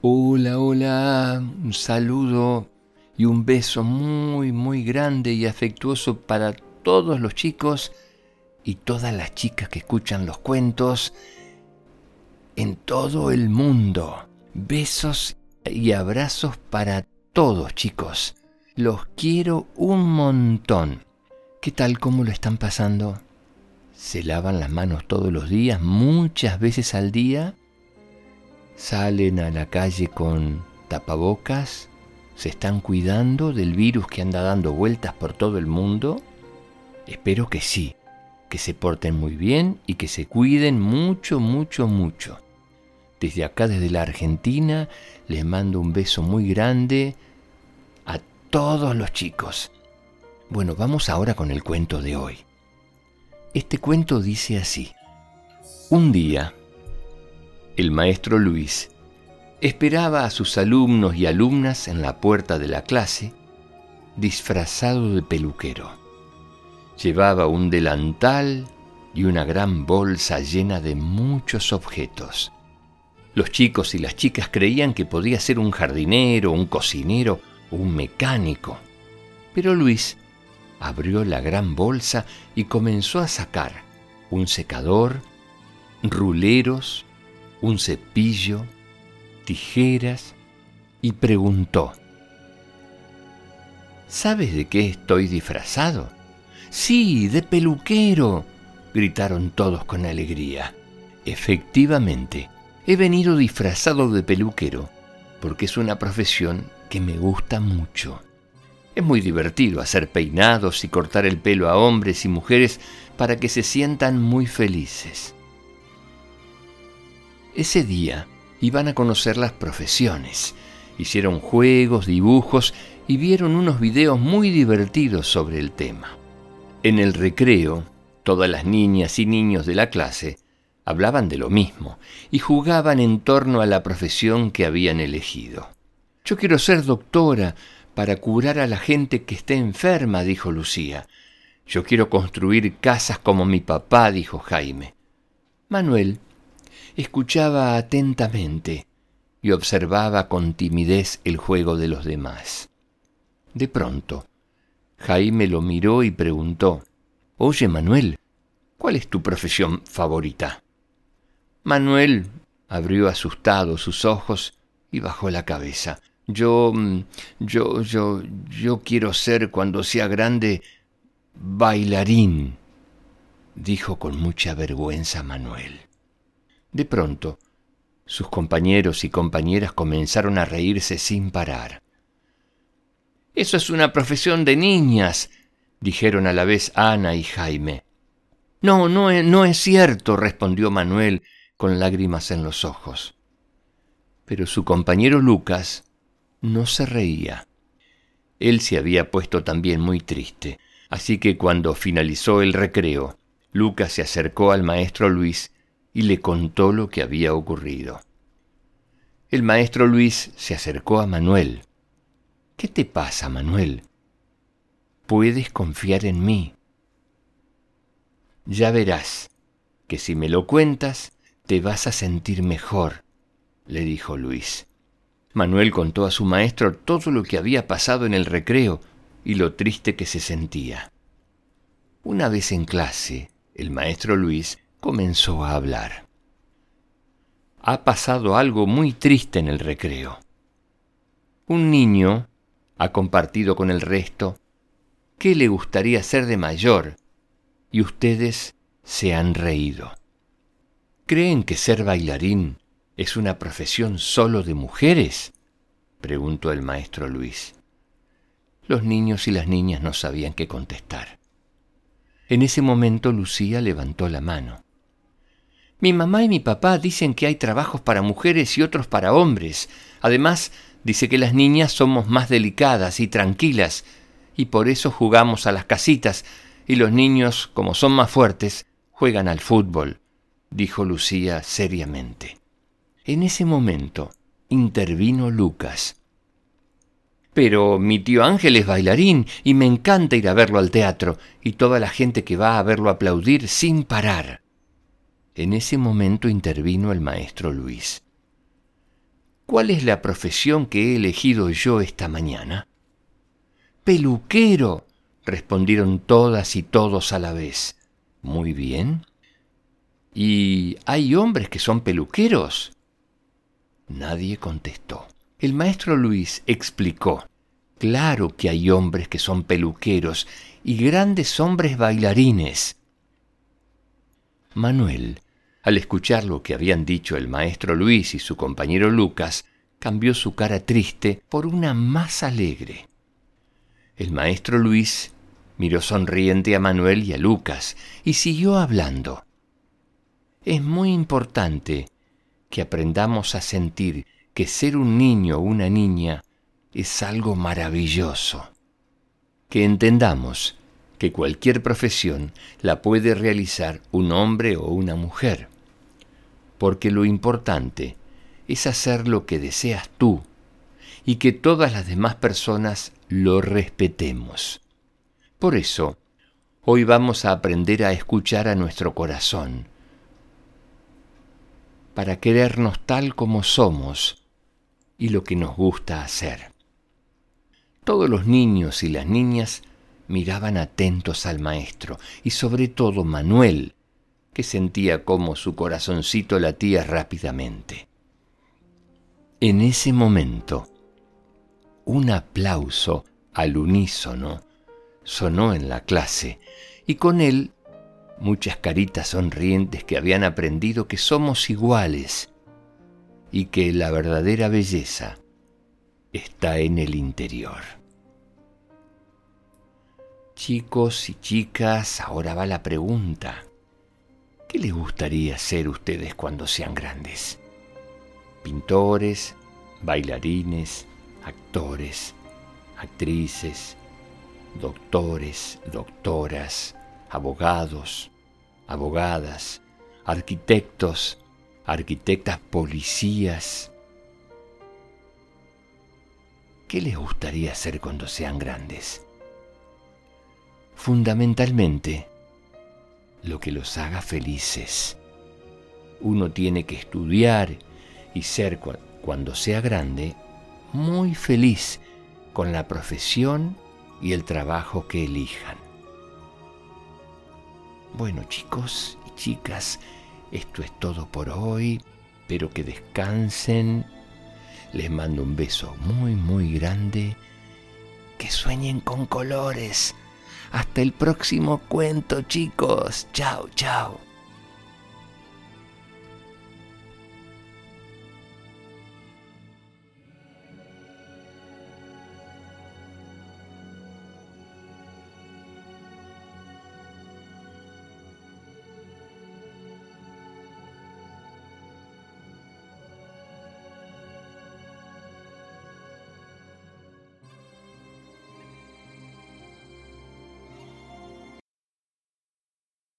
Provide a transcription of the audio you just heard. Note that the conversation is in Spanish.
Hola, hola, un saludo y un beso muy, muy grande y afectuoso para todos los chicos y todas las chicas que escuchan los cuentos en todo el mundo. Besos y abrazos para todos, chicos. Los quiero un montón. ¿Qué tal? ¿Cómo lo están pasando? ¿Se lavan las manos todos los días, muchas veces al día? ¿Salen a la calle con tapabocas? ¿Se están cuidando del virus que anda dando vueltas por todo el mundo? Espero que sí, que se porten muy bien y que se cuiden mucho, mucho, mucho. Desde acá, desde la Argentina, les mando un beso muy grande a todos los chicos. Bueno, vamos ahora con el cuento de hoy. Este cuento dice así. Un día, el maestro Luis esperaba a sus alumnos y alumnas en la puerta de la clase, disfrazado de peluquero. Llevaba un delantal y una gran bolsa llena de muchos objetos. Los chicos y las chicas creían que podía ser un jardinero, un cocinero o un mecánico. Pero Luis abrió la gran bolsa y comenzó a sacar un secador, ruleros, un cepillo, tijeras y preguntó: ¿sabes de qué estoy disfrazado? Sí, de peluquero, gritaron todos con alegría. Efectivamente, he venido disfrazado de peluquero porque es una profesión que me gusta mucho. Es muy divertido hacer peinados y cortar el pelo a hombres y mujeres para que se sientan muy felices. Ese día iban a conocer las profesiones. Hicieron juegos, dibujos y vieron unos videos muy divertidos sobre el tema. En el recreo, todas las niñas y niños de la clase hablaban de lo mismo y jugaban en torno a la profesión que habían elegido. Yo quiero ser doctora para curar a la gente que esté enferma, dijo Lucía. Yo quiero construir casas como mi papá, dijo Jaime. Manuel escuchaba atentamente y observaba con timidez el juego de los demás. De pronto, Jaime lo miró y preguntó: «Oye, Manuel, ¿cuál es tu profesión favorita?» Manuel abrió asustado sus ojos y bajó la cabeza. Yo quiero ser, cuando sea grande, bailarín», dijo con mucha vergüenza Manuel. De pronto, sus compañeros y compañeras comenzaron a reírse sin parar. «Eso es una profesión de niñas», dijeron a la vez Ana y Jaime. No es cierto», respondió Manuel con lágrimas en los ojos. Pero su compañero Lucas no se reía. Él se había puesto también muy triste, así que cuando finalizó el recreo, Lucas se acercó al maestro Luis y le contó lo que había ocurrido. El maestro Luis se acercó a Manuel. «¿Qué te pasa, Manuel? Puedes confiar en mí. Ya verás que si me lo cuentas, te vas a sentir mejor», le dijo Luis. Manuel contó a su maestro todo lo que había pasado en el recreo y lo triste que se sentía. Una vez en clase, el maestro Luis comenzó a hablar. «Ha pasado algo muy triste en el recreo. Un niño ha compartido con el resto qué le gustaría ser de mayor y ustedes se han reído. ¿Creen que ser bailarín es una profesión solo de mujeres?», preguntó el maestro Luis. Los niños y las niñas no sabían qué contestar. En ese momento Lucía levantó la mano. «Mi mamá y mi papá dicen que hay trabajos para mujeres y otros para hombres. Además, dice que las niñas somos más delicadas y tranquilas, y por eso jugamos a las casitas, y los niños, como son más fuertes, juegan al fútbol», dijo Lucía seriamente. En ese momento intervino Lucas. «Pero mi tío Ángel es bailarín y me encanta ir a verlo al teatro y toda la gente que va a verlo aplaudir sin parar». En ese momento intervino el maestro Luis. ¿cuál es la profesión que he elegido yo esta mañana? Peluquero, respondieron todas y todos a la vez. Muy bien. ¿Y hay hombres que son peluqueros? Nadie contestó. El maestro Luis explicó. Claro que hay hombres que son peluqueros y grandes hombres bailarines. Manuel, al escuchar lo que habían dicho el maestro Luis y su compañero Lucas, cambió su cara triste por una más alegre. El maestro Luis miró sonriente a Manuel y a Lucas y siguió hablando. Es muy importante que aprendamos a sentir que ser un niño o una niña es algo maravilloso. Que entendamos que cualquier profesión la puede realizar un hombre o una mujer, porque lo importante es hacer lo que deseas tú y que todas las demás personas lo respetemos. Por eso, hoy vamos a aprender a escuchar a nuestro corazón, para querernos tal como somos y lo que nos gusta hacer. Todos los niños y las niñas miraban atentos al maestro, y sobre todo Manuel, que sentía cómo su corazoncito latía rápidamente. En ese momento, un aplauso al unísono sonó en la clase, y con él muchas caritas sonrientes que habían aprendido que somos iguales y que la verdadera belleza está en el interior. Chicos y chicas, ahora va la pregunta. ¿Qué les gustaría ser ustedes cuando sean grandes? Pintores, bailarines, actores, actrices, doctores, doctoras, abogados, abogadas, arquitectos, arquitectas, policías. ¿Qué les gustaría ser cuando sean grandes? Fundamentalmente, lo que los haga felices. Uno tiene que estudiar y ser, cuando sea grande, muy feliz con la profesión y el trabajo que elijan. Bueno, chicos y chicas, esto es todo por hoy. Espero que descansen. Les mando un beso muy, muy grande. Que sueñen con colores. Hasta el próximo cuento, chicos. Chao, chao.